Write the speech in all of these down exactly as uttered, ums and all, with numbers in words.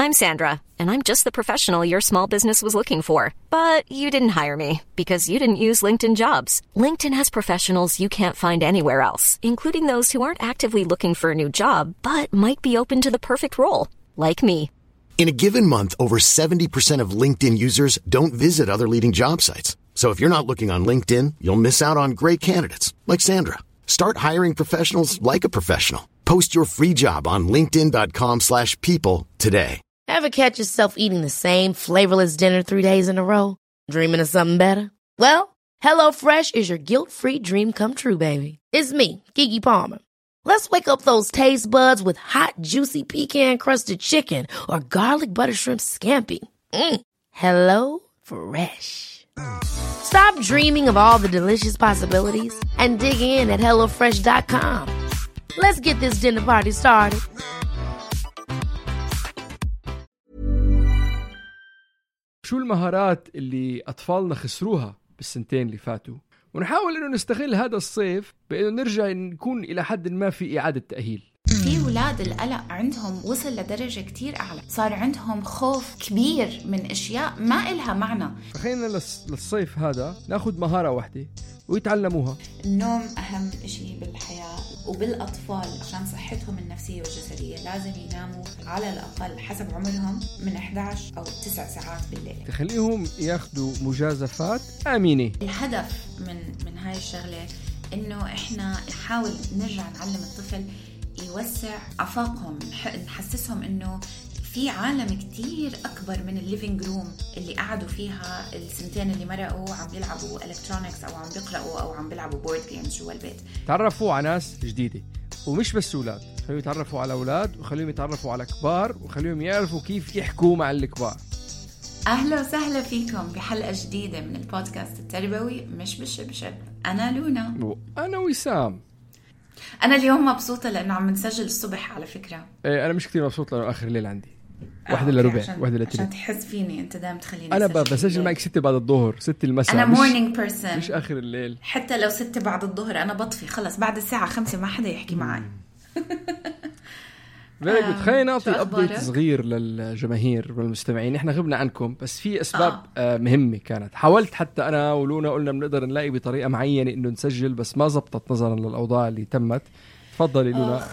I'm Sandra, and I'm just the professional your small business was looking for. But you didn't hire me because you didn't use LinkedIn Jobs. LinkedIn has professionals you can't find anywhere else, including those who aren't actively looking for a new job, but might be open to the perfect role, like me. In a given month, over seventy percent of LinkedIn users don't visit other leading job sites. So if you're not looking on LinkedIn, you'll miss out on great candidates like Sandra. Start hiring professionals like a professional. Post your free job on linkedin.com slash people today. Ever catch yourself eating the same flavorless dinner three days in a row? Dreaming of something better? Well, HelloFresh is your guilt-free dream come true, baby. It's me, Keke Palmer. Let's wake up those taste buds with hot, juicy pecan-crusted chicken or garlic butter shrimp scampi. Mm. Hello Fresh. Stop dreaming of all the delicious possibilities and dig in at hello fresh dot com. Let's get this dinner party started. شو المهارات اللي أطفالنا خسروها بالسنتين اللي فاتوا، ونحاول إنه نستغل هذا الصيف بإنه نرجع نكون إلى حد ما في إعادة تأهيل. في ولاد القلق عندهم وصل لدرجة كتير أعلى، صار عندهم خوف كبير من أشياء ما إلها معنى. فخلينا للصيف هذا ناخد مهارة واحدة ويتعلموها. النوم أهم شيء بالحياة وبالأطفال عشان صحتهم النفسية والجسدية، لازم يناموا على الأقل حسب عمرهم من إحدى عشر أو تسع ساعات بالليل. تخليهم ياخدوا مجازفات آمنة. الهدف من من هاي الشغلة إنه إحنا نحاول نرجع نعلم الطفل يوسع آفاقهم، نحسسهم إنه في عالم كتير أكبر من الليفينج روم اللي قعدوا فيها السنتين اللي مرقوا عم بيلعبوا إلكترونيكس أو عم بيقرأوا أو عم بيلعبوا بورد جيمز جوا البيت. تعرفوا على ناس جديدة، ومش بس أولاد، خليهم يتعرفوا على أولاد وخليهم يتعرفوا على كبار وخليهم يعرفوا كيف يحكوا مع الكبار. أهلا وسهلا فيكم بحلقة جديدة من البودكاست التربوي مش بالشبشب. أنا لونا وأنا وسام. أنا اليوم مبسوطة لأنه عم نسجل الصبح على فكرة. إيه أنا مش كتير مبسوط لأنه آخر الليل عندي واحدة إلا ربع واحدة إلا تلت. عشان تحس فيني أنت دائما تخليني أنا بسجل معك ستة بعد الظهر، ستة المساء. أنا مورنينج بيرسون مش آخر الليل. حتى لو ستة بعد الظهر أنا بطفي خلص، بعد الساعة خمسة ما حدا يحكي معي. آه خلينا نعطي أبديت صغير للجماهير والمستمعين. إحنا غبنا عنكم بس في أسباب آه. آه مهمة كانت. حاولت حتى أنا ولونا قلنا بنقدر نلاقي بطريقة معينة إنه نسجل بس ما زبطت نظرا للأوضاع اللي تمت. تفضلي لونا.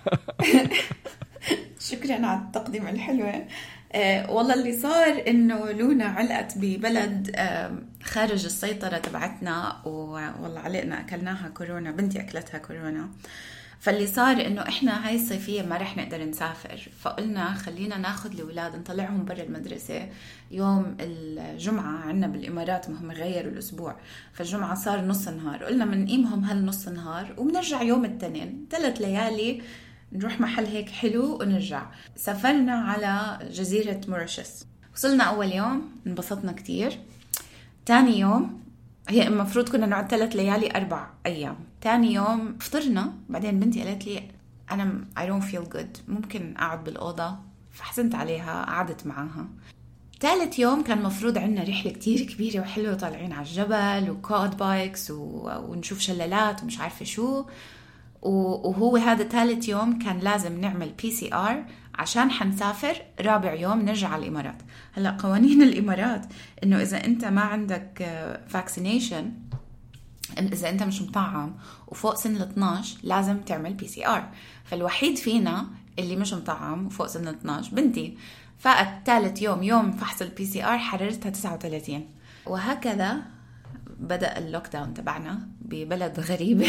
شكرا على التقديم الحلوة. أه والله اللي صار إنه لونا علقت ببلد أه خارج السيطرة تبعتنا، والله علقنا أكلناها كورونا، بنتي أكلتها كورونا. فاللي صار إنه إحنا هاي الصيفية ما رح نقدر نسافر، فقلنا خلينا ناخد الأولاد نطلعهم برا المدرسة. يوم الجمعة عنا بالإمارات مهم يغيروا الأسبوع، فالجمعة صار نص نهار، قلنا منقيمهم هالنص نهار وبنرجع يوم التنين ثلاث ليالي نروح محل هيك حلو ونرجع. سافرنا على جزيرة موريشيوس. وصلنا أول يوم انبسطنا كتير. تاني يوم هي المفروض كنا نقعد ثلاث ليالي أربع أيام. تاني يوم فطرنا، بعدين بنتي قالت لي أنا I don't feel good، ممكن أقعد بالأوضة، فحزنت عليها قعدت معاها. ثالث يوم كان مفروض عنا رحلة كتير كبيرة وحلوة، طالعين على الجبل وكود بايكس و... ونشوف شلالات ومش عارفة شو. وهو هذا ثالث يوم كان لازم نعمل بي سي آر عشان حنسافر رابع يوم نرجع على الإمارات. هلأ قوانين الإمارات إنه إذا أنت ما عندك فاكسينيشن، إذا أنت مش مطعم وفوق سن اثناشر لازم تعمل بي سي آر. فالوحيد فينا اللي مش مطعم وفوق سن اثناشر بنتي. فقت ثالث يوم يوم فحص البي سي آر حررتها تسعة وثلاثين. وهكذا بدأ اللوك داون تبعنا ببلد غريبة.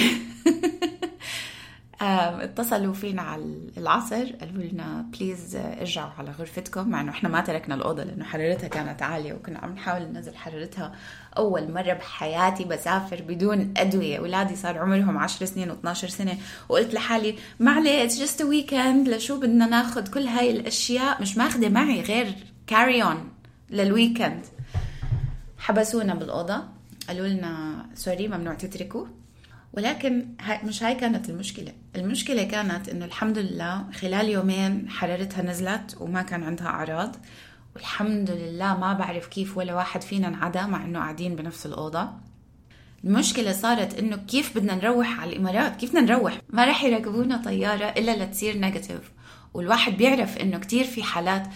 اتصلوا فينا على العصر قالوا لنا بليز ارجعوا على غرفتكم، مع انه احنا ما تركنا الأوضة لانه حرارتها كانت عالية وكنا عم نحاول ننزل حرارتها. اول مرة بحياتي بسافر بدون ادوية. ولادي صار عمرهم عشر سنين واثناشر سنة، وقلت لحالي معلي it's just a weekend، لشو بدنا ناخد كل هاي الاشياء، مش ماخده معي غير carry on للويكند. حبسونا بالأوضة، قالوا لنا سوري ممنوع تتركوا. ولكن مش هاي كانت المشكلة. المشكلة كانت إنه الحمد لله خلال يومين حرارتها نزلت وما كان عندها أعراض، والحمد لله ما بعرف كيف ولا واحد فينا انعدى مع إنه قاعدين بنفس الأوضة. المشكلة صارت إنه كيف بدنا نروح على الإمارات، كيف بدنا نروح؟ ما رح يركبونا طيارة إلا لتصير نيجاتيف. والواحد بيعرف إنه كتير في حالات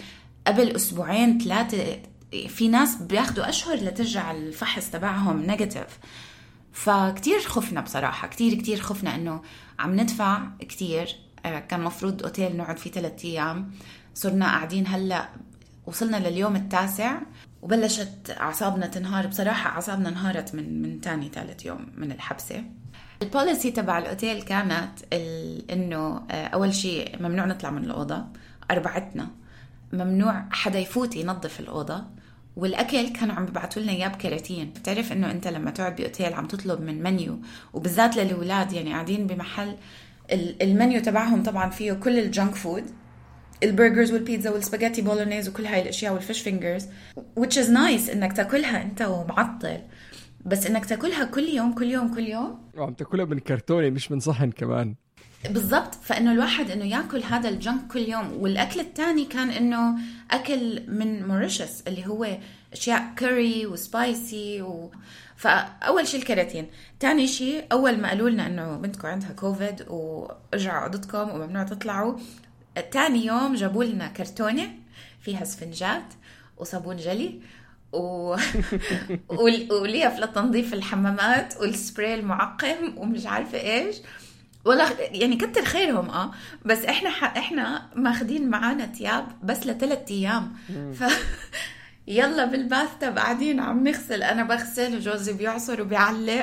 قبل أسبوعين ثلاثة في ناس بياخدوا أشهر لترجع الفحص تبعهم نيجاتيف. فكتير خفنا بصراحة، كتير كتير خفنا إنه عم ندفع كتير. كان مفروض أوتيل نقعد فيه ثلاثة أيام، صرنا قاعدين هلأ وصلنا لليوم التاسع وبلشت أعصابنا تنهار. بصراحة أعصابنا انهارت من من تاني ثالث يوم من الحبسة. البوليسي تبع الأوتيل كانت إنه أول شيء ممنوع نطلع من الأوضة، أربعتنا ممنوع حدا يفوت ينظف الأوضة، والأكل كانوا عم ببعثوا لنا إياه بكراتين. بتعرف إنه أنت لما تقعد بأوتيل عم تطلب من منيو، وبالذات للأولاد يعني قاعدين بمحل المنيو تبعهم طبعا فيه كل الجنك فود، البرجرز والبيتزا والسباجيتي بولونيز وكل هاي الاشياء والفيش فينجرز which is nice انك تاكلها انت ومعطل، بس انك تاكلها كل يوم كل يوم كل يوم وعم تاكلها من كرتوني مش من صحن كمان. بالضبط. فانه الواحد انه ياكل هذا الجنك كل يوم. والاكل الثاني كان انه اكل من موريشيوس اللي هو اشياء كوري وسبايسي و... فاول شيء الكراتين. ثاني شيء اول ما قالوا لنا انه بنتكم عندها كوفيد وارجعوا اوضتكم وممنوع تطلعوا، تاني يوم جابوا لنا كرتونة فيها سفنجات وصابون جلي و... وليف لتنظيف الحمامات والسبراي المعقم ومش عارفة إيش. ولا يعني كتر خيرهم اه بس احنا ح... احنا ماخدين معانا تياب بس لثلاث ايام. ف يلا بالباثتب قاعدين عم نغسل، انا بغسل وجوزي بيعصر وبيعلق.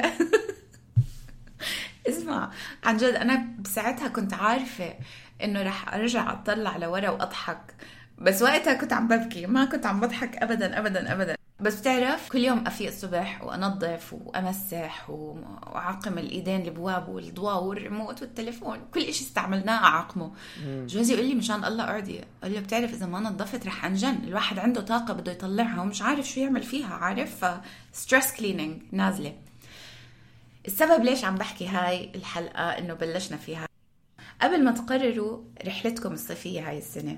اسمع عن جد انا بساعتها كنت عارفة انه رح ارجع اطلع لورا واضحك، بس وقتها كنت عم ببكي، ما كنت عم بضحك ابدا ابدا ابدا. بس بتعرف كل يوم افيق الصبح وانظف وامسح واعقم الايدين الابواب والضواء والريموت والتليفون، كل اشي استعملناه اعقمه. جوزي يقول لي مشان الله اقعدي، اقول له بتعرف اذا ما نظفت رح انجن. الواحد عنده طاقه بده يطلعها ومش عارف شو يعمل فيها، عارف؟ ستريس كلينينج نازله. السبب ليش عم بحكي هاي الحلقه انه بلشنا فيها قبل ما تقرروا رحلتكم الصيفيه هاي السنه،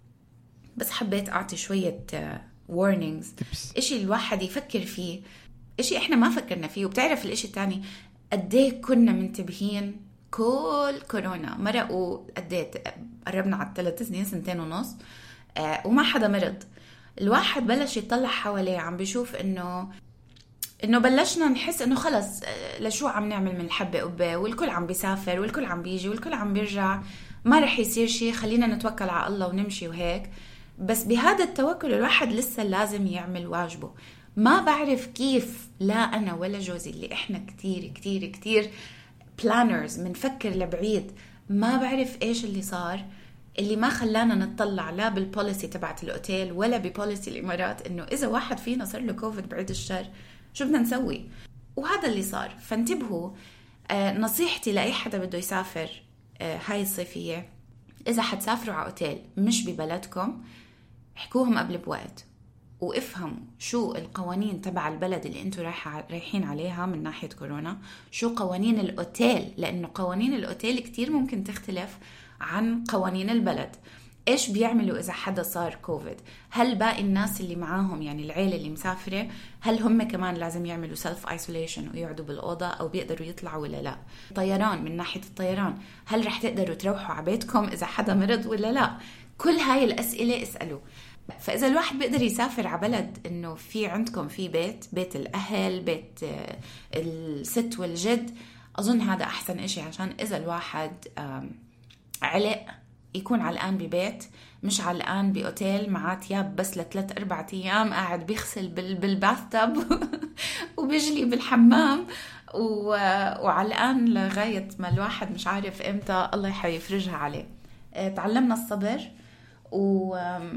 بس حبيت اعطي شويه warnings، إشي الواحد يفكر فيه، إشي إحنا ما فكرنا فيه. وبتعرف الإشي التاني قديه كنا منتبهين كل كورونا مرقوا قديه قربنا على ثلاث سنين سنتين ونص آه وما حدا مرض. الواحد بلش يطلع حواليه عم بيشوف إنه إنه بلشنا نحس إنه خلص لشو عم نعمل من الحبة قبة، والكل عم بيسافر والكل عم بيجي والكل عم بيرجع، ما رح يصير شيء، خلينا نتوكل على الله ونمشي وهيك. بس بهذا التوكل الواحد لسه لازم يعمل واجبه. ما بعرف كيف لا أنا ولا جوزي اللي إحنا كتير كتير كتير planners منفكر لبعيد، ما بعرف إيش اللي صار اللي ما خلانا نطلع لا بالبوليسي تبعت الأوتيل ولا ببوليسي الإمارات إنه إذا واحد فينا صار له كوفيد بعيد الشر شو بدنا نسوي. وهذا اللي صار. فانتبهوا. آه نصيحتي لأي حدا بده يسافر آه هاي الصيفية، إذا حتسافروا على أوتيل مش ببلدكم احكوهم قبل بوقت وافهموا شو القوانين تبع البلد اللي انتوا رايحين عليها من ناحية كورونا، شو قوانين الأوتيل، لأنه قوانين الأوتيل كتير ممكن تختلف عن قوانين البلد. إيش بيعملوا إذا حدا صار كوفيد؟ هل باقي الناس اللي معاهم يعني العيلة اللي مسافرة هل هم كمان لازم يعملوا سيلف ايسوليشن ويقعدوا بالأوضة أو بيقدروا يطلعوا ولا لا؟ طيران، من ناحية الطيران هل رح تقدروا تروحوا على بيتكم إذا حدا مرض ولا لا؟ كل هاي الأسئلة اسألوا. فإذا الواحد بيقدر يسافر على بلد إنه في عندكم في بيت بيت الأهل بيت الست والجد، أظن هذا أحسن إشي، عشان إذا الواحد علق يكون علقان ببيت مش علقان بأوتيل معاه تياب بس لثلاث أربعة أيام قاعد بيغسل بالباثتب وبيجلي بالحمام وعلقان لغاية ما الواحد مش عارف إمتى الله يفرجها عليه. تعلمنا الصبر و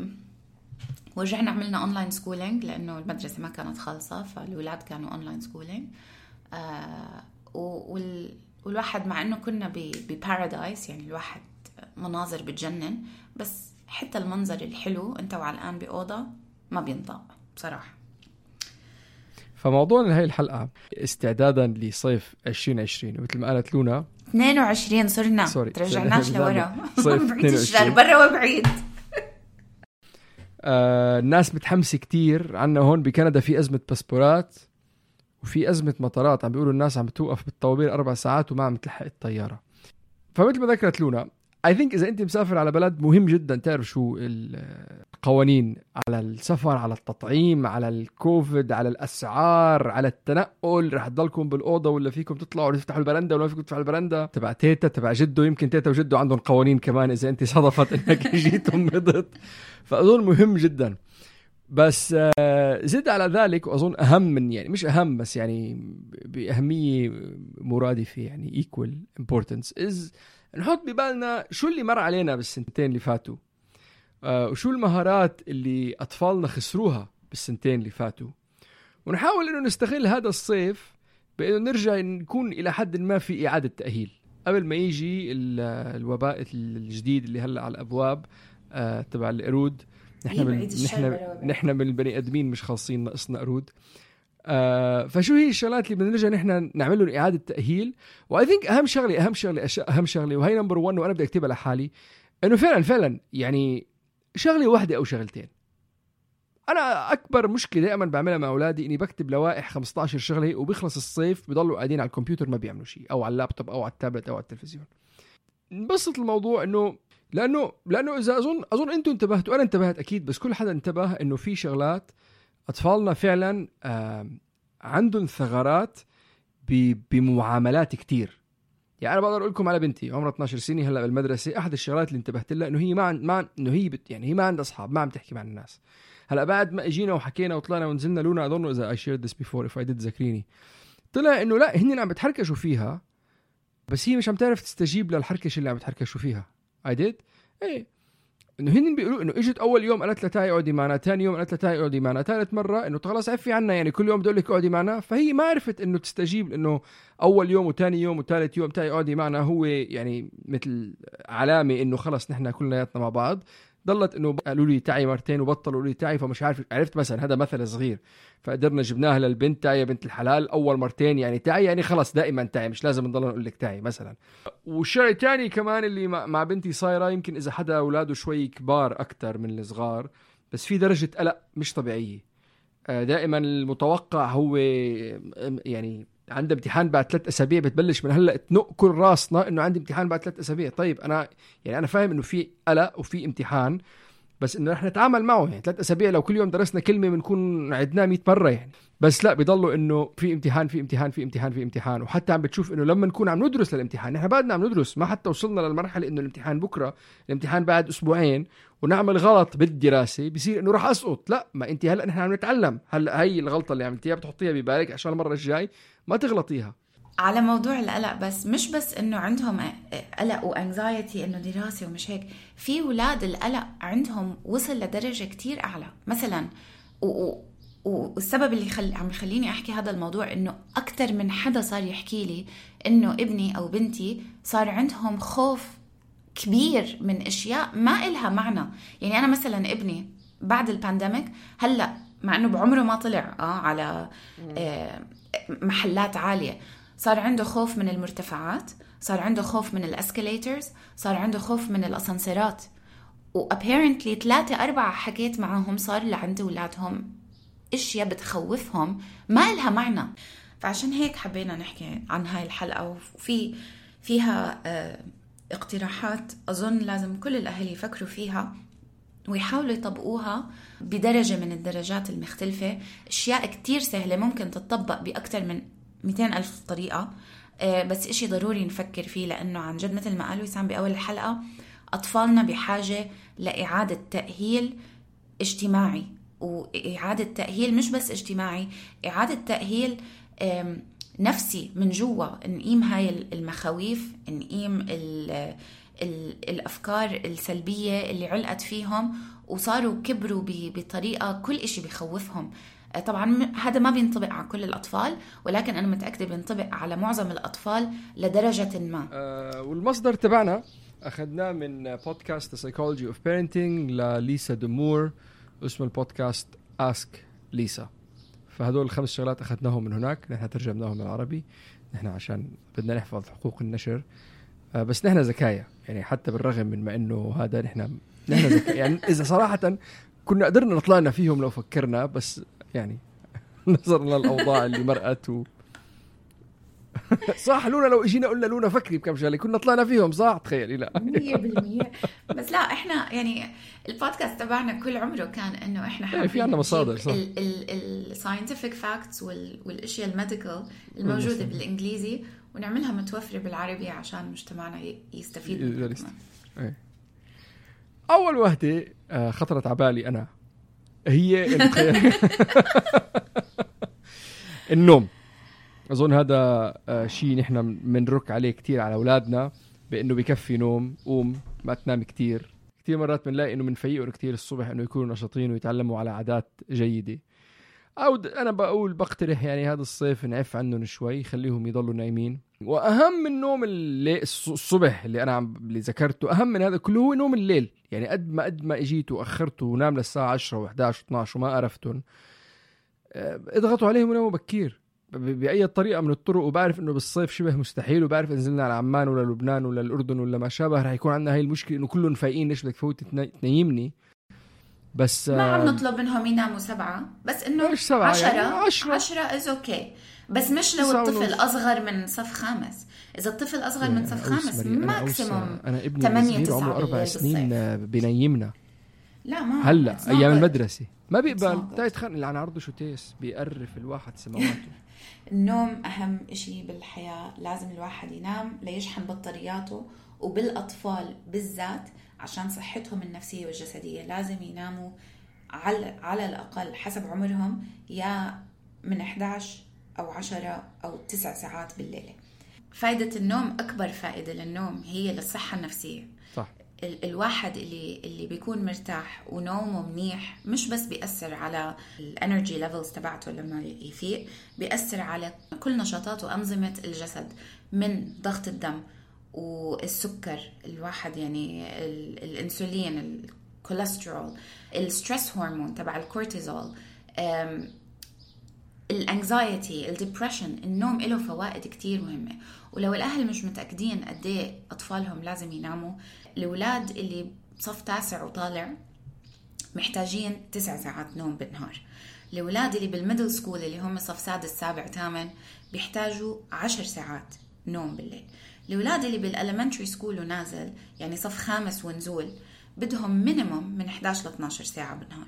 ورجعنا عملنا أونلاين سكولينج لأنه المدرسة ما كانت خالصة، فالولاد كانوا أونلاين سكولينج. آه وال... والواحد مع أنه كنا ببارادايس يعني الواحد مناظر بتجنن، بس حتى المنظر الحلو أنت وعلقان بأوضة ما بينطق بصراحة. فموضوعنا هاي الحلقة استعدادا لصيف عشرين عشرين، ومثل ما قالت لونا اثنين وعشرين صرنا ترجعناش لورا بعيد الشهر برا وبعيد. آه الناس متحمسة كتير عنا هون بكندا، في أزمة باسبورات وفي أزمة مطارات، عم بيقولوا الناس عم توقف بالطوابير أربع ساعات وما عم تلحق الطيارة. فمثل ما ذكرت لونا I think إذا أنت مسافر على بلد مهم جدا تعرف شو القوانين على السفر، على التطعيم، على الكوفيد، على الأسعار، على التنقل، رح تضلكم بالأوضة ولا فيكم تطلعوا تفتحوا البرندة ولا فيكم تفتحوا البرندة، تبع تيتا تبع جده، يمكن تيتا وجده عندهم قوانين كمان إذا أنت صدفت إنك جيتم مرضت. فأظن مهم جدا. بس زد على ذلك، وأظن أهم من يعني مش أهم بس يعني بأهمية مرادفة يعني equal importance is نحط ببالنا شو اللي مر علينا بالسنتين اللي فاتوا، آه وشو المهارات اللي أطفالنا خسروها بالسنتين اللي فاتوا، ونحاول إنه نستغل هذا الصيف بإنه نرجع نكون إلى حد ما في إعادة تأهيل قبل ما يجي الوباء الجديد اللي هلأ على الأبواب آه تبع القرود. نحن من نحن نحن من البني ادمين مش خاصين ناقصنا قرود. آه فشو هي الشغلات اللي بدنا نرجع نحن نعمل لهم اعاده تاهيل؟ واي ثينك اهم شغله اهم شغله اهم شغله وهي نمبر واحد، وانا بدي اكتبها لحالي، انه فعلا فعلا يعني شغله واحده او شغلتين. انا اكبر مشكله دائما بعملها مع اولادي اني بكتب لوائح خمسة عشر شغله وبيخلص الصيف بيضلوا قاعدين على الكمبيوتر ما بيعملوا شيء، او على اللابتوب او على التابلت او على التلفزيون. نبسط الموضوع انه لانه لانه اذا اظن اظن انتم انتبهتوا، انا انتبهت اكيد، بس كل حدا انتبه انه في شغلات اطفالنا فعلا عندهم ثغرات بمعاملات كتير. يعني انا بقدر اقول لكم على بنتي عمرها اثناشر سنه هلا بالمدرسه، احد الشغلات اللي انتبهت لها انه هي ما ما انه هي بت يعني هي ما عندها اصحاب، ما عم تحكي مع الناس. هلا بعد ما اجينا وحكينا وطلعنا ونزلنا، لونا اظن اذا I shared this before if I did ذكريني، طلع انه لا هن عم بتحركشوا فيها بس هي مش عم تعرف تستجيب للحركشه اللي عم بتحركشوا فيها. I did ايه انه هن بيقولوا انه اجت اول يوم قالت لها تعي اقعدي معنا، ثاني يوم قالت لها تعي اقعدي معنا، ثالث مره انه خلاص عفي عنا يعني كل يوم بدي اقول لك اقعدي معنا. فهي ما عرفت انه تستجيب انه اول يوم وثاني يوم وثالث يوم تعي اقعدي معنا هو يعني مثل علامه انه خلص نحن كلنا مع بعض. ضلت انه قالوا لي تعي مرتين وبطلوا لي تعي، فمش عارف عرفت مثلا هذا مثل صغير، فقدرنا جبناها للبنت تعي يا بنت الحلال اول مرتين يعني تعي يعني خلص دائما تعي، مش لازم نضل نقول لك تعي مثلا. والشيء الثاني كمان اللي مع بنتي صايره، يمكن اذا حدا اولاده شوي كبار اكثر من الصغار، بس في درجه قلق مش طبيعيه. دائما المتوقع هو يعني عنده امتحان بعد ثلاث أسابيع، بتبلش من هلا تنق كل راسنا انه عندي امتحان بعد ثلاث أسابيع. طيب انا يعني انا فاهم انه في قلق وفي امتحان، بس انه رح نتعامل معه. يعني ثلاث أسابيع لو كل يوم درسنا كلمه بنكون عدناه مئة مره يعني، بس لا بيضلوا انه في امتحان في امتحان في امتحان في امتحان. وحتى عم بتشوف انه لما نكون عم ندرس للامتحان، نحن بعدنا عم ندرس، ما حتى وصلنا للمرحله انه الامتحان بكره، الامتحان بعد اسبوعين، ونعمل غلط بالدراسه بصير انه راح اسقط. لا، ما انت هلا نحن عم نتعلم، هلا هي الغلطه اللي عملتيها بتحطيها ببالك عشان المره الجاي ما تغلطيها. على موضوع القلق، بس مش بس انه عندهم قلق وانكزايتي انه دراسه ومش هيك، في ولاد القلق عندهم وصل لدرجه كتير اعلى مثلا. و والسبب اللي خل... عم يخليني أحكي هذا الموضوع إنه أكتر من حدا صار يحكي لي إنه ابني أو بنتي صار عندهم خوف كبير من أشياء ما إلها معنى. يعني أنا مثلا ابني بعد البانديميك هلأ مع إنه بعمره ما طلع آه على آه محلات عالية، صار عنده خوف من المرتفعات، صار عنده خوف من الاسكاليترز، صار عنده خوف من الأسانسيرات. وapparently ثلاثة أربعة حكيت معهم صار لعند أولادهم اشياء بتخوفهم ما لها معنى. فعشان هيك حبينا نحكي عن هاي الحلقة، وفي فيها اقتراحات أظن لازم كل الأهل يفكروا فيها ويحاولوا يطبقوها بدرجة من الدرجات المختلفة. اشياء كتير سهلة ممكن تطبق بأكتر من مئتين ألف طريقة، بس اشي ضروري نفكر فيه، لأنه عن جد مثل ما قالوا وسام بأول الحلقة، أطفالنا بحاجة لإعادة تأهيل اجتماعي، وإعادة تأهيل مش بس اجتماعي، إعادة تأهيل نفسي من جوا. نقيم هاي المخاويف، نقيم ال ال الأفكار السلبية اللي علقت فيهم وصاروا كبروا بطريقة كل إشي بيخوفهم. طبعا هذا ما بينطبق على كل الأطفال، ولكن أنا متأكدة بينطبق على معظم الأطفال لدرجة ما. أه والمصدر تبعنا أخذناه من بودكاست The Psychology of Parenting لليسا دمور، اسم البودكاست Ask Lisa. فهدول الخمس شغلات أخذناهم من هناك، نحن ترجمناهم للعربي نحن عشان بدنا نحفظ حقوق النشر. أه بس نحن ذكايا يعني، حتى بالرغم من ما إنه هذا نحن نحن ذكايا يعني. إذا صراحة كنا قدرنا نطلعنا فيهم لو فكرنا، بس يعني نظرنا للأوضاع اللي مرقت و... صح لونا، لو اجينا قلنا لونا فكري بكم شغله كنا طلعنا فيهم صح، تخيلي. لا مية بالمية. بس لا احنا يعني البودكاست تبعنا كل عمره كان انه احنا حابين في عنا مصادر صح، الساينتفك فاكتس والاشياء الميديكال الموجوده بالانجليزي ونعملها متوفره بالعربي عشان مجتمعنا يستفيد منها. اول وحده خطرت على بالي انا هي النوم. أظن هذا شيء نحن منرك عليه كتير على أولادنا، بأنه بكفي نوم، قوم ما تنام كتير. كتير مرات بنلاقي إنه منفيقوا كتير الصبح إنه يكونوا نشاطين ويتعلموا على عادات جيدة. أو أنا بقول بقترح يعني هذا الصيف نعف عنهم شوي، خليهم يضلوا نايمين. وأهم من نوم الليل الصبح اللي أنا عم اللي ذكرته، أهم من هذا كله هو نوم الليل. يعني قد ما قد ما إجيتوا وأخرتوا ونام للساعة عشرة وإحداش واثناش وما قرفتن، اضغطوا عليهم وناموا بكير بأي طريقة من الطرق. وبعرف إنه بالصيف شبه مستحيل، وبعرف إنزلنا على عمان ولا لبنان ولا الأردن ولا ما شابه رح يكون عندنا هاي المشكلة إنه كلهم فايقين، ليش بدك فوت تنيمني؟ بس ما عم نطلب منهم يناموا سبعة، بس إنه عشرة يعني عشرة عشرة إز أوكي. بس مش لو الطفل أصغر من صف خامس. إذا الطفل أصغر من صف خامس ماكسيموم أنا ابني صغير عمره أربع سنين بينيمنا. لا ما هلا أيام المدرسة ما بيقبل تا يتخانق اللي عن عرضه شو تيس، بيقرف الواحد سماواته. النوم أهم إشي بالحياة، لازم الواحد ينام ليشحن بطارياته، وبالأطفال بالذات عشان صحتهم النفسية والجسدية لازم يناموا على على الأقل حسب عمرهم يا من إحداش أو عشرة أو تسع ساعات بالليل. فائدة النوم، أكبر فائدة للنوم هي للصحة النفسية. صح. ال- الواحد اللي اللي بيكون مرتاح ونومه منيح مش بس بيأثر على الانرجي ليفلز تبعته لما يفيق، بيأثر على كل نشاطات وأنظمة الجسد، من ضغط الدم والسكر الواحد يعني ال- الانسولين، الكوليسترول، الستريس هرمون تبع الكورتيزول، الانكزايتي، الديبريشن. النوم له فوائد كتير مهمة. ولو الأهل مش متأكدين قد ايه أطفالهم لازم يناموا، الأولاد اللي بصف تاسع وطالع محتاجين تسع ساعات نوم بالنهار. الأولاد اللي بالميدل سكول اللي هم صف سادس سابع ثامن بيحتاجوا عشر ساعات نوم بالليل. الأولاد اللي بالالمنتري سكول ونازل يعني صف خامس ونزول بدهم مينيموم من إحداش ل اثناشر ساعة بالنهار،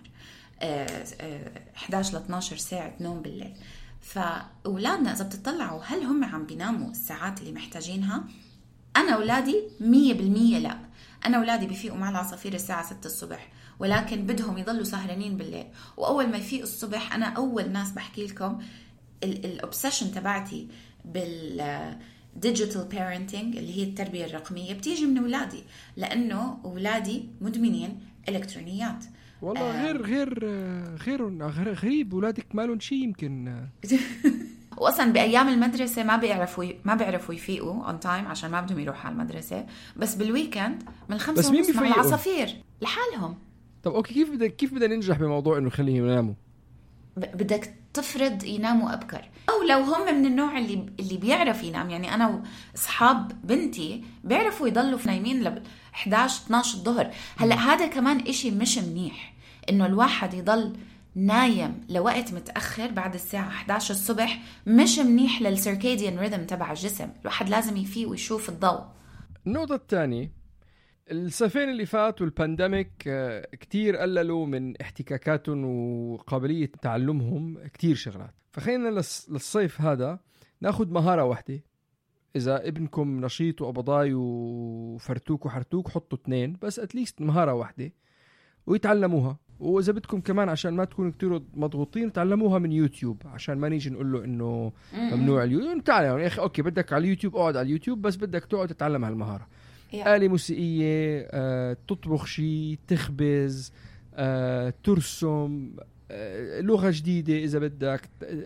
إحداش ل اثناشر ساعة نوم بالليل. فأولادنا إذا بتطلعوا هل هم عم بيناموا الساعات اللي محتاجينها؟ أنا أولادي مية بالمية لا. أنا أولادي بيفيقوا مع العصافير الساعة ستة الصبح، ولكن بدهم يضلوا سهرانين بالليل. وأول ما يفيقوا الصبح أنا أول ناس بحكي لكم الأوبسيشن تبعتي بالديجيتال بيرنتينج اللي هي التربية الرقمية بتيجي من أولادي، لأنه أولادي مدمنين إلكترونيات. والله آه. غير غير غير غريب، أولادك مالهم شيء يمكن. واصلا بايام المدرسه ما بيعرفوا ما بيعرفوا يفيقوا اون تايم عشان ما بدهم يروحوا على المدرسه، بس بالويكند من الخمسة ونص مع العصافير لحالهم. طب اوكي، كيف بدك كيف بدنا ننجح بموضوع انه خليهم يناموا؟ بدك تفرض يناموا ابكر، او لو هم من النوع اللي اللي بيعرف ينام. يعني انا واصحاب بنتي بيعرفوا يضلوا نايمين ل إحداش اثناشر الظهر. هلا هذا كمان إشي مش منيح انه الواحد يضل نايم لوقت متأخر بعد الساعة إحداش الصبح، مش منيح للسيركاديان ريذم تبع الجسم. الواحد لازم يفيق ويشوف الضوء. النقطة الثانية، الصيفين اللي فاتوا البانديميك كتير قللوا من احتكاكاتهم وقابلية تعلمهم كتير شغلات. فخلينا للصيف هذا ناخد مهارة واحدة. إذا ابنكم نشيط وقبضاي وفرتوك وحرتوك حطوا اثنين بس، أتليست مهارة واحدة ويتعلموها. وإذا بدكم كمان عشان ما تكونوا كتير مضغوطين تعلموها من يوتيوب، عشان ما نيجي نقول له إنه ممنوع اليوتيوب. تعالوا يا أخي أوكي بدك على اليوتيوب اقعد على اليوتيوب، بس بدك تقعد تتعلم هالمهارة. آلة موسيقية، آه، تطبخ شيء، تخبز، آه، ترسم، آه، لغة جديدة إذا بدك،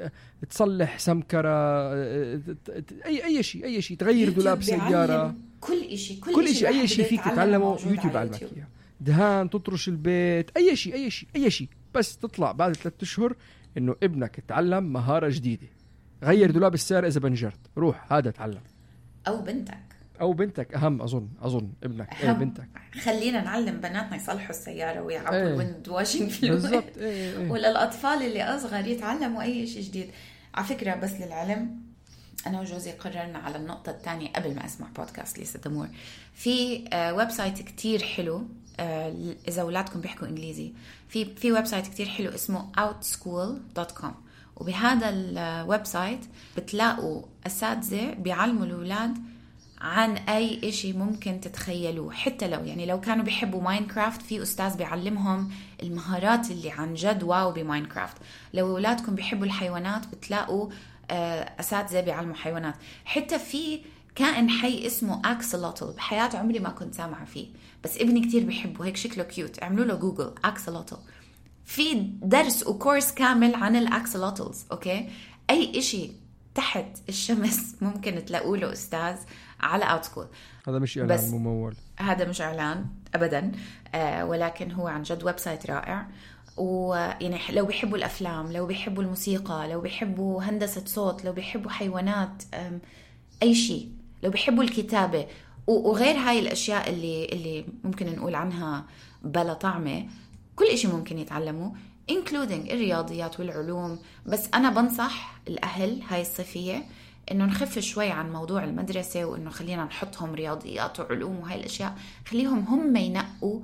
تصلح سمكرة، آه، أي أي شيء أي شيء تغير دولاب سيارة، كل شيء كل, كل شيء أي شيء فيك تتعلمه يوتيوب علمك إياه. دهان، تطرش البيت، أي شيء أي شيء أي شيء بس تطلع بعد ثلاثة أشهر إنه ابنك تعلم مهارة جديدة. غير دولاب السيارة إذا بنجرت، روح هذا تعلم. أو بنتك أو بنتك أهم أظن أظن ابنك أهم. أي بنتك. خلينا نعلم بناتنا يصلحوا السيارة ويعبوا أيه. الويند واشنج في الوقت. بالضبط. أيه. أيه. ولا الأطفال اللي أصغر يتعلموا أي شيء جديد. على فكرة بس للعلم أنا وجوزي قررنا على النقطة الثانية قبل ما أسمع بودكاست ليسا دمور. في ويب سايت كتير حلو إذا أولادكم بيحكوا إنجليزي، في في ويب سايت كتير حلو اسمه اوت سكول دوت كوم، وبهذا الويب سايت بتلاقوا أساتذة بيعلموا الأولاد عن أي إشي ممكن تتخيلوه. حتى لو يعني لو كانوا بيحبوا ماينكرافت، في أستاذ بيعلمهم المهارات اللي عن جد واو بماينكرافت. لو أولادكم بيحبوا الحيوانات بتلاقوا أساتذة بيعلموا حيوانات. حتى في كائن حي اسمه أكسلوتل، بحياتي عمري ما كنت سامعة فيه، بس ابني كتير بيحبه، هيك شكله كيوت، اعملوا له جوجل أكسلوتل. في درس وكورس كامل عن الأكسلوتلز. أوكي، أي إشي تحت الشمس ممكن تلاقوا له أستاذ على اوت سكول. هذا مش إعلان ممول، هذا مش إعلان أبدا، آه ولكن هو عن جد ويب سايت رائع. ويعني لو بيحبوا الأفلام، لو بيحبوا الموسيقى، لو بيحبوا هندسة صوت، لو بيحبوا حيوانات، أي شيء، لو بيحبوا الكتابة وغير هاي الأشياء اللي اللي ممكن نقول عنها بلا طعمة، كل إشي ممكن يتعلموا including الرياضيات والعلوم. بس أنا بنصح الأهل هاي الصيفية إنه نخف شوي عن موضوع المدرسة، وإنه خلينا نحطهم رياضيات وعلوم وهاي الأشياء، خليهم هم ينقوا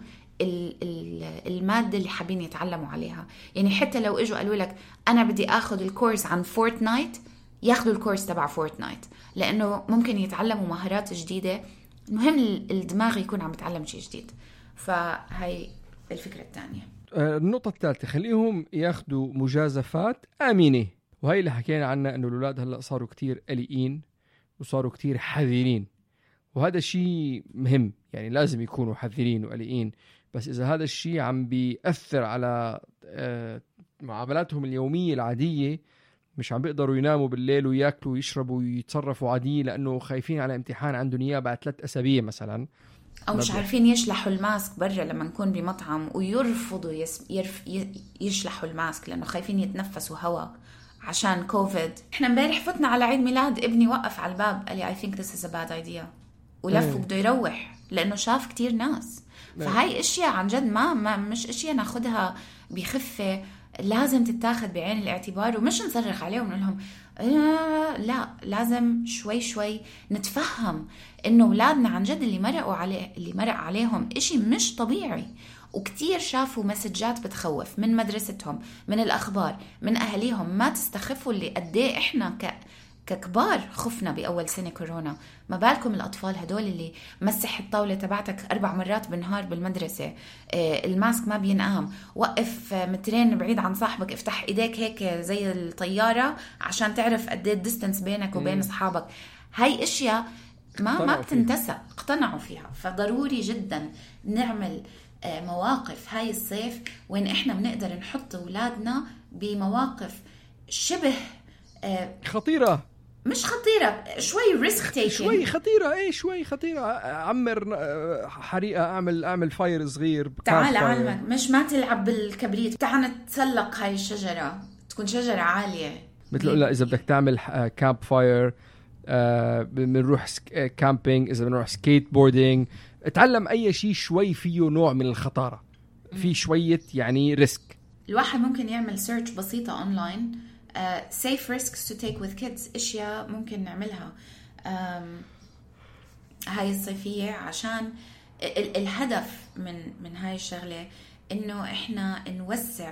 المادة اللي حابين يتعلموا عليها. يعني حتى لو اجوا قالوا لك أنا بدي أخذ الكورس عن فورتنايت، ياخذوا الكورس تبع فورتنايت، لأنه ممكن يتعلموا مهارات جديدة. المهم الدماغ يكون عم يتعلم شيء جديد. فهي الفكرة الثانية. النقطة الثالثة، خليهم ياخذوا مجازفات آمنة، وهي اللي حكينا عنها إنه الأولاد هلأ صاروا كتير قلقين وصاروا كتير حذرين، وهذا شيء مهم. يعني لازم يكونوا حذرين وقلقين، بس إذا هذا الشيء عم بيأثر على معاملاتهم اليومية العادية، مش عم بيقدروا يناموا بالليل ويأكلوا ويشربوا ويتصرفوا عادية لأنه خايفين على امتحان عندهم إياه بعد ثلاث أسابيع مثلا، أو مش عارفين يشلحوا الماسك برا لما نكون بمطعم ويرفضوا يس... يرف... يشلحوا الماسك لأنه خايفين يتنفسوا هواء عشان كوفيد. إحنا مبارح فتنا على عيد ميلاد ابني، وقف على الباب قال لي I think this is a bad idea، ولف وبده يروح لأنه شاف كتير ناس. فهاي اشياء عن جد ما, ما مش اشياء ناخدها بخفة، لازم تتاخد بعين الاعتبار، ومش نصرخ عليهم ونقول لهم آه لا، لازم شوي شوي نتفهم انه اولادنا عن جد اللي مرقوا عليه اللي مرق عليهم اشي مش طبيعي، وكتير شافوا مسجات بتخوف من مدرستهم، من الاخبار، من اهاليهم. ما تستخفوا اللي قديه احنا ك ككبار خفنا بأول سنة كورونا، ما بالكم الأطفال هدول اللي مسح الطاولة تبعتك أربع مرات بالنهار بالمدرسة، الماسك ما بينقام، وقف مترين بعيد عن صاحبك، افتح إيديك هيك زي الطيارة عشان تعرف قد ايه الديستنس بينك وبين أصحابك. هاي أشياء ما ما بتنتسى، اقتنعوا فيها. فضروري جدا نعمل مواقف هاي الصيف وين إحنا بنقدر نحط أولادنا بمواقف شبه خطيرة، مش خطيرة، شوي ريسك تيكينج، شوي خطيرة. ايه شوي خطيرة. عمر حريقة، اعمل اعمل فاير صغير، تعال علمك، مش ما تلعب بالكبريت، تعال نتسلق هاي الشجرة، تكون شجرة عالية. مثل قلنا إذا بدك تعمل كامب فاير، بنروح كامبينج، إذا بنروح سكيت بوردينج، اتعلم أي شيء شوي فيه نوع من الخطارة، في شوية يعني ريسك. الواحد ممكن يعمل سيرش بسيطة أونلاين Uh, safe risks to take with kids، اشياء ممكن نعملها um, هاي الصيفية، عشان ال- الهدف من من هاي الشغلة انه احنا نوسع،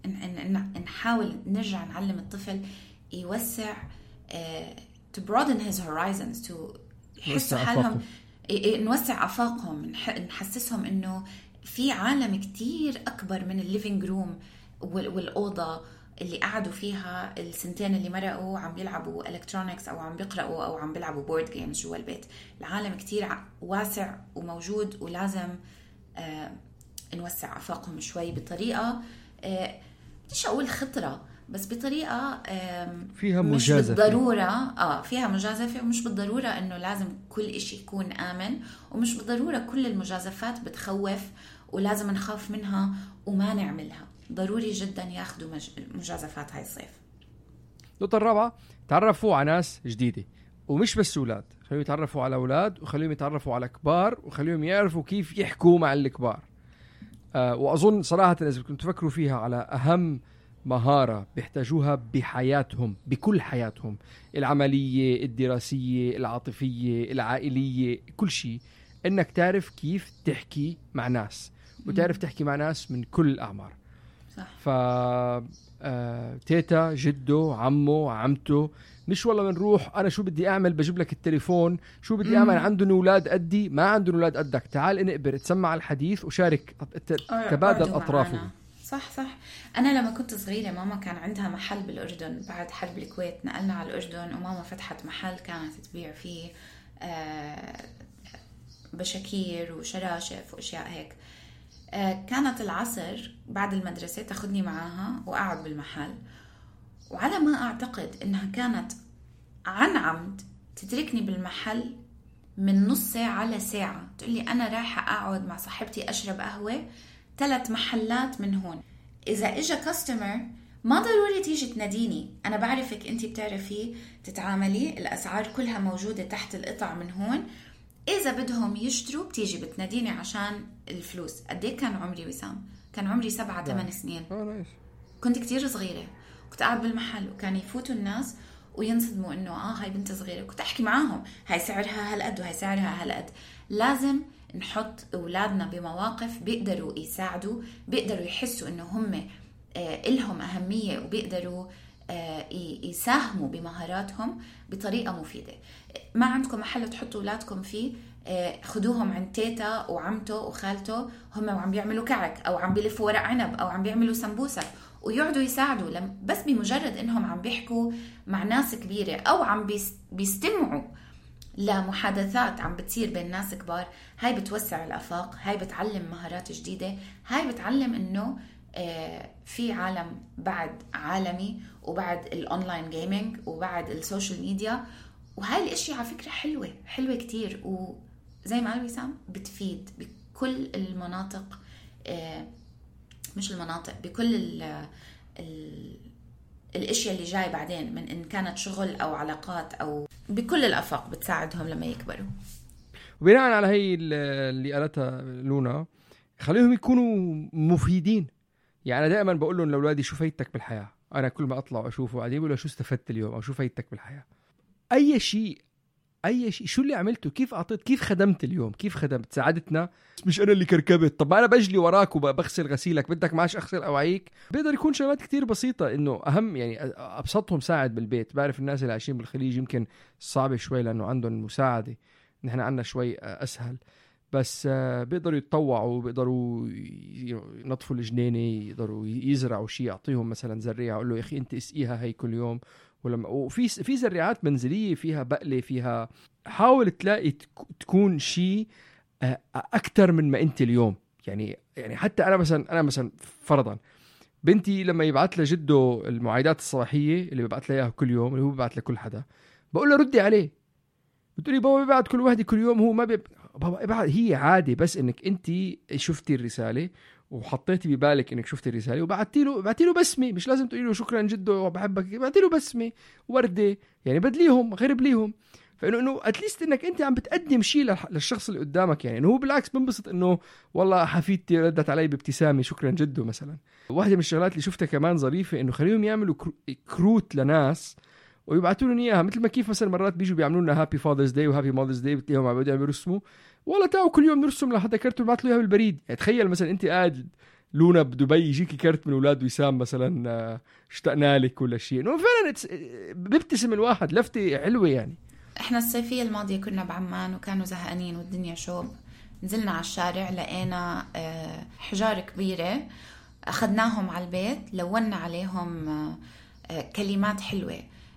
نحاول نرجع نعلم الطفل يوسع uh, to broaden his horizons، to يحسوا حالهم، نوسع آفاقهم، نحسسهم انه في عالم كتير اكبر من الليفينج روم والأوضة اللي قعدوا فيها السنتين اللي مرقوا عم بيلعبوا إلكترونيكس أو عم بيقرأوا أو عم بيلعبوا بورد جيمز جوا البيت. العالم كتير واسع وموجود، ولازم آه نوسع آفاقهم شوي بطريقة آه مش أقول خطرة، بس بطريقة آه فيها مش مجازفة. بالضرورة آه فيها مجازفة، ومش بالضرورة إنه لازم كل إشي يكون آمن، ومش بالضرورة كل المجازفات بتخوف ولازم نخاف منها وما نعملها. ضروري جدا ياخدوا مجازفات هاي الصيف. النقطة الرابعة، تعرفوا على ناس جديدة، ومش بس أولاد، خليهم يتعرفوا على أولاد وخليهم يتعرفوا على كبار، وخليهم يعرفوا كيف يحكوا مع الكبار. آه وأظن صراحة إذا كنتوا تفكروا فيها على أهم مهارة بيحتاجوها بحياتهم، بكل حياتهم، العملية، الدراسية، العاطفية، العائلية، كل شيء، إنك تعرف كيف تحكي مع ناس، وتعرف تحكي مع ناس من كل الأعمار. صح. ف آه... تيتا، جده، عمه، عمته، مش والله بنروح أنا شو بدي أعمل بجيب لك التليفون، شو بدي أعمل، عندهم أولاد قدي، ما عندهم أولاد قدك، تعال انقبر، تسمع الحديث وشارك، تبادل أطرافه. صح صح. أنا لما كنت صغيرة ماما كان عندها محل بالأردن، بعد حرب الكويت نقلنا على الأردن، وماما فتحت محل كانت تبيع فيه آه بشاكير وشراشف وأشياء هيك. آه كانت العصر بعد المدرسة تاخدني معاها وأقعد بالمحل، وعلى ما أعتقد إنها كانت عن عمد تتركني بالمحل من نص ساعة لساعة، تقولي أنا رايحة أقعد مع صاحبتي أشرب قهوة ثلاث محلات من هون، إذا إجا كاستمر ما ضروري تيجي تناديني، أنا بعرفك أنتي بتعرفي تتعاملي، الأسعار كلها موجودة تحت القطع من هون، إذا بدهم يشتروا بتيجي بتناديني عشان الفلوس. قديه كان عمري وسام؟ كان عمري سبعة ثمان سنين، كنت كتير صغيرة، كنت قاعد بالمحل وكان يفوتوا الناس وينصدموا إنه آه هاي بنت صغيرة، كنت أحكي معاهم هاي سعرها هالقد وهاي سعرها هالقد. لازم نحط أولادنا بمواقف بيقدروا يساعدوا، بيقدروا يحسوا إنه هم آه إلهم أهمية، وبيقدروا آه يساهموا بمهاراتهم بطريقة مفيدة. ما عندكم محل تحطوا أولادكم فيه، آه خدوهم عند تيتا وعمته وخالته هم وعم بيعملوا كعك أو عم بيلفوا ورق عنب أو عم بيعملوا سمبوسة، ويقعدوا يساعدوا لم بس بمجرد إنهم عم بيحكوا مع ناس كبيرة أو عم بيستمعوا لمحادثات عم بتصير بين ناس كبار. هاي بتوسع الآفاق، هاي بتعلم مهارات جديدة، هاي بتعلم إنه آه في عالم بعد عالمي، وبعد الأونلاين جيمينج، وبعد السوشيال ميديا، وهاي الاشياء على فكرة حلوة حلوة كتير، وزي ما قال وسام بتفيد بكل المناطق، آه مش المناطق، بكل ال ال الاشياء اللي جاي بعدين، من ان كانت شغل او علاقات او بكل الافاق بتساعدهم لما يكبروا. وبناء على هي اللي قالتها لونا، خليهم يكونوا مفيدين. يعني انا دائما بقول لهم لاولادي شو فايدتك بالحياه، انا كل ما اطلع واشوفه بعدين بقول له شو استفدت اليوم او شو فايدتك بالحياه. اي شيء اي شيء، شو اللي عملته، كيف اعطيت، كيف خدمت اليوم، كيف خدمت، ساعدتنا، مش انا اللي كركبت، طب انا بجلي وراك وبغسل غسيلك، بدك معاش اغسل اواعيك. بيقدر يكون شغلات كتير بسيطه، انه اهم يعني ابسطهم ساعد بالبيت. بعرف الناس اللي عايشين بالخليج يمكن صعبه شوي لانه عندهم المساعده، نحن عندنا شوي اسهل، بس بيقدروا يتطوعوا، بيقدروا ينظفوا الجنينه، يقدروا يزرعوا شيء، يعطيهم مثلا زريعه، اقول له يا اخي انت اسقيها هي كل يوم. ولما وفي في زريعات منزليه فيها بقله، فيها، حاول تلاقي تكون شيء اكثر من ما انت اليوم. يعني يعني حتى انا مثلا انا مثلا فرضا بنتي لما يبعث لها جده المعايدات الصباحيه اللي ببعث لها اياها كل يوم، اللي هو ببعث لكل حدا، بقول له ردي عليه، بتقولي بابا ببعث كل واحد كل يوم، هو ما بيب... بابا ابعث. هي عادي بس انك انت شفتي الرساله وحطيتي ببالك انك شفتي الرساله وبعتي له بعتي له بسمه، مش لازم تقولي له شكرا جدو وبحبك، بعتي له بسمه ورده، يعني بدليهم غرب ليهم، فانه انه اتليست انك انت عم بتقدم شيء للشخص اللي قدامك. يعني انه هو بالعكس بنبسط انه والله حفيدتي ردت علي بابتسامه شكرا جدو مثلا. واحده من الشغلات اللي شفتها كمان ظريفه، انه خليهم يعملوا كروت لناس ويبعثوا لهم اياها، مثل ما كيف مثلا مرات بيجوا بيعملوا لنا هابي فاذرز داي وهابي ماذرز داي، بتلاقيهم عم يعملوا يرسموا، والله تعالوا كل يوم نرسم لحدا كرت ونبعث له اياها بالبريد. يعني تخيل مثلا انت قاعد لونا بدبي يجيكي كرت من اولاد وسام مثلا اشتقنا لك ولا شيء، انه فعلا بيبتسم الواحد، لفتة حلوه. يعني احنا الصيفيه الماضيه كنا بعمان وكانوا زهقانين والدنيا شوب، نزلنا على الشارع لقينا حجار كبيره، اخذناهم على البيت، لونا عليهم كلمات حلوه،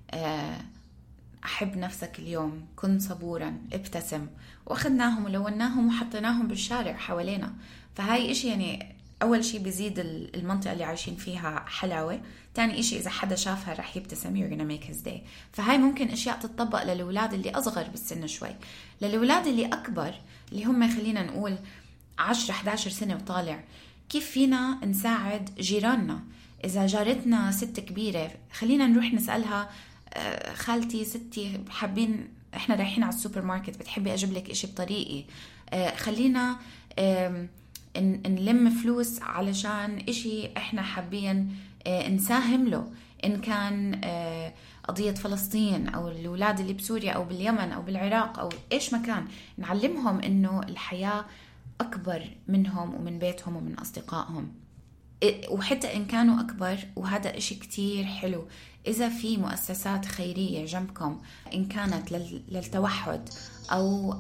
أحب نفسك اليوم، كن صبورا، ابتسم، وأخذناهم ولوناهم وحطيناهم بالشارع حوالينا. فهاي إشي يعني أول شي بيزيد المنطقة اللي عايشين فيها حلاوة، تاني إشي إذا حدا شافها رح يبتسم، you're gonna make his day. فهاي ممكن أشياء تتطبق للولاد اللي أصغر بالسن شوي. للولاد اللي أكبر اللي هم خلينا نقول عشرة إحدى عشر سنة وطالع، كيف فينا نساعد جيراننا؟ إذا جارتنا ست كبيرة خلينا نروح نسألها خالتي ستي حابين احنا رايحين على السوبر ماركت، بتحبي اجيب لك اشي بطريقي؟ خلينا ن- نلم فلوس علشان إشي إحنا حابين آه، نساهم له، إن كان آه، قضية فلسطين أو الأولاد اللي بسوريا أو باليمن أو بالعراق أو إيش مكان، نعلمهم إنه الحياة أكبر منهم ومن بيتهم ومن أصدقائهم. وحتى إن كانوا أكبر، وهذا إشي كتير حلو، إذا في مؤسسات خيرية جنبكم، إن كانت للتوحد أو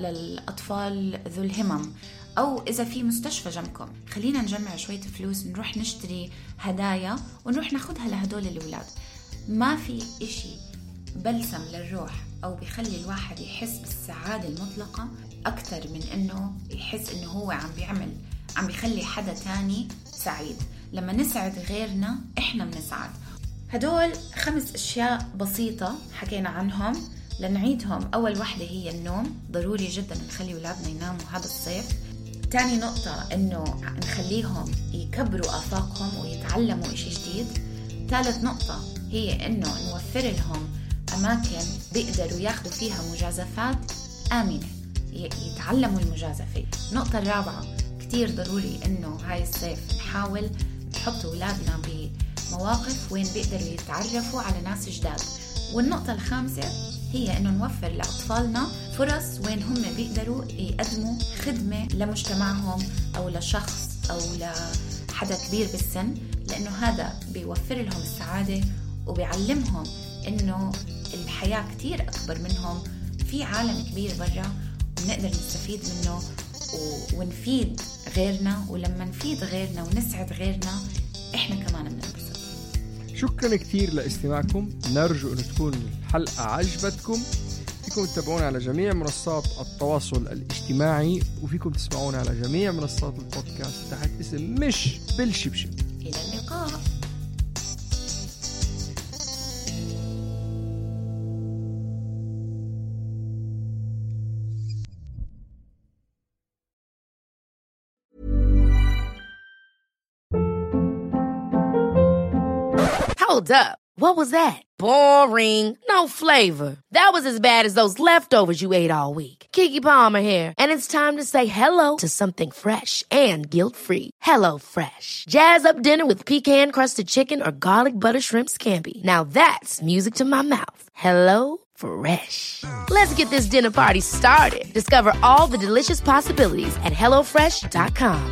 للأطفال ذو الهمم، أو إذا في مستشفى جنبكم، خلينا نجمع شوية فلوس نروح نشتري هدايا ونروح ناخدها لهدول الأولاد. ما في إشي بلسم للروح أو بيخلي الواحد يحس بالسعادة المطلقة أكثر من إنه يحس إنه هو عم بيعمل عم بيخلي حدا تاني سعيد. لما نسعد غيرنا إحنا بنسعد. هدول خمس أشياء بسيطة حكينا عنهم، لنعيدهم. أول واحدة هي النوم، ضروري جدا نخلي أولادنا يناموا هذا الصيف. تاني نقطة إنه نخليهم يكبروا آفاقهم ويتعلموا إشي جديد. ثالث نقطة هي إنه نوفر لهم أماكن بيقدروا ياخدوا فيها مجازفات آمنة يتعلموا المجازفة. النقطة الرابعة كتير ضروري إنه هاي الصيف نحاول نحط أولادنا بمواقف وين بيقدروا يتعرفوا على ناس جداد. والنقطة الخامسة هي إنه نوفر لأطفالنا فرص وين هم بيقدروا يقدموا خدمة لمجتمعهم أو لشخص أو لحدا كبير بالسن، لأنه هذا بيوفر لهم السعادة وبيعلمهم إنه الحياة كتير أكبر منهم، في عالم كبير برا ونقدر نستفيد منه ونفيد غيرنا. ولما نفيد غيرنا ونسعد غيرنا إحنا كمان بننبسط. شكرا كثير لاستماعكم، نرجو أن تكون الحلقة عجبتكم. فيكم تتابعونا على جميع منصات التواصل الاجتماعي، وفيكم تسمعونا على جميع منصات البودكاست تحت اسم مش بالشبشب. إلى اللقاء. Hold up. What was that? Boring. No flavor. That was as bad as those leftovers you ate all week. Keke Palmer here, and it's time to say hello to something fresh and guilt-free. Hello Fresh. Jazz up dinner with pecan-crusted chicken or garlic butter shrimp scampi. Now that's music to my mouth. Hello Fresh. Let's get this dinner party started. Discover all the delicious possibilities at hello fresh dot com.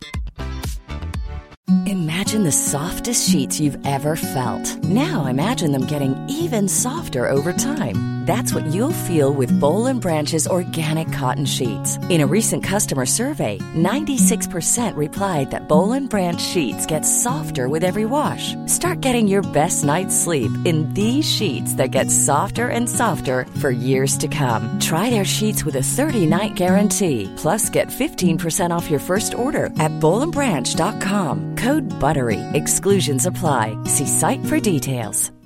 Imagine the softest sheets you've ever felt. Now imagine them getting even softer over time. That's what you'll feel with Boll and Branch's organic cotton sheets. In a recent customer survey, ninety-six percent replied that Boll and Branch sheets get softer with every wash. Start getting your best night's sleep in these sheets that get softer and softer for years to come. Try their sheets with a thirty-night guarantee. Plus, get fifteen percent off your first order at boll and branch dot com. Code BUTTERY. Exclusions apply. See site for details.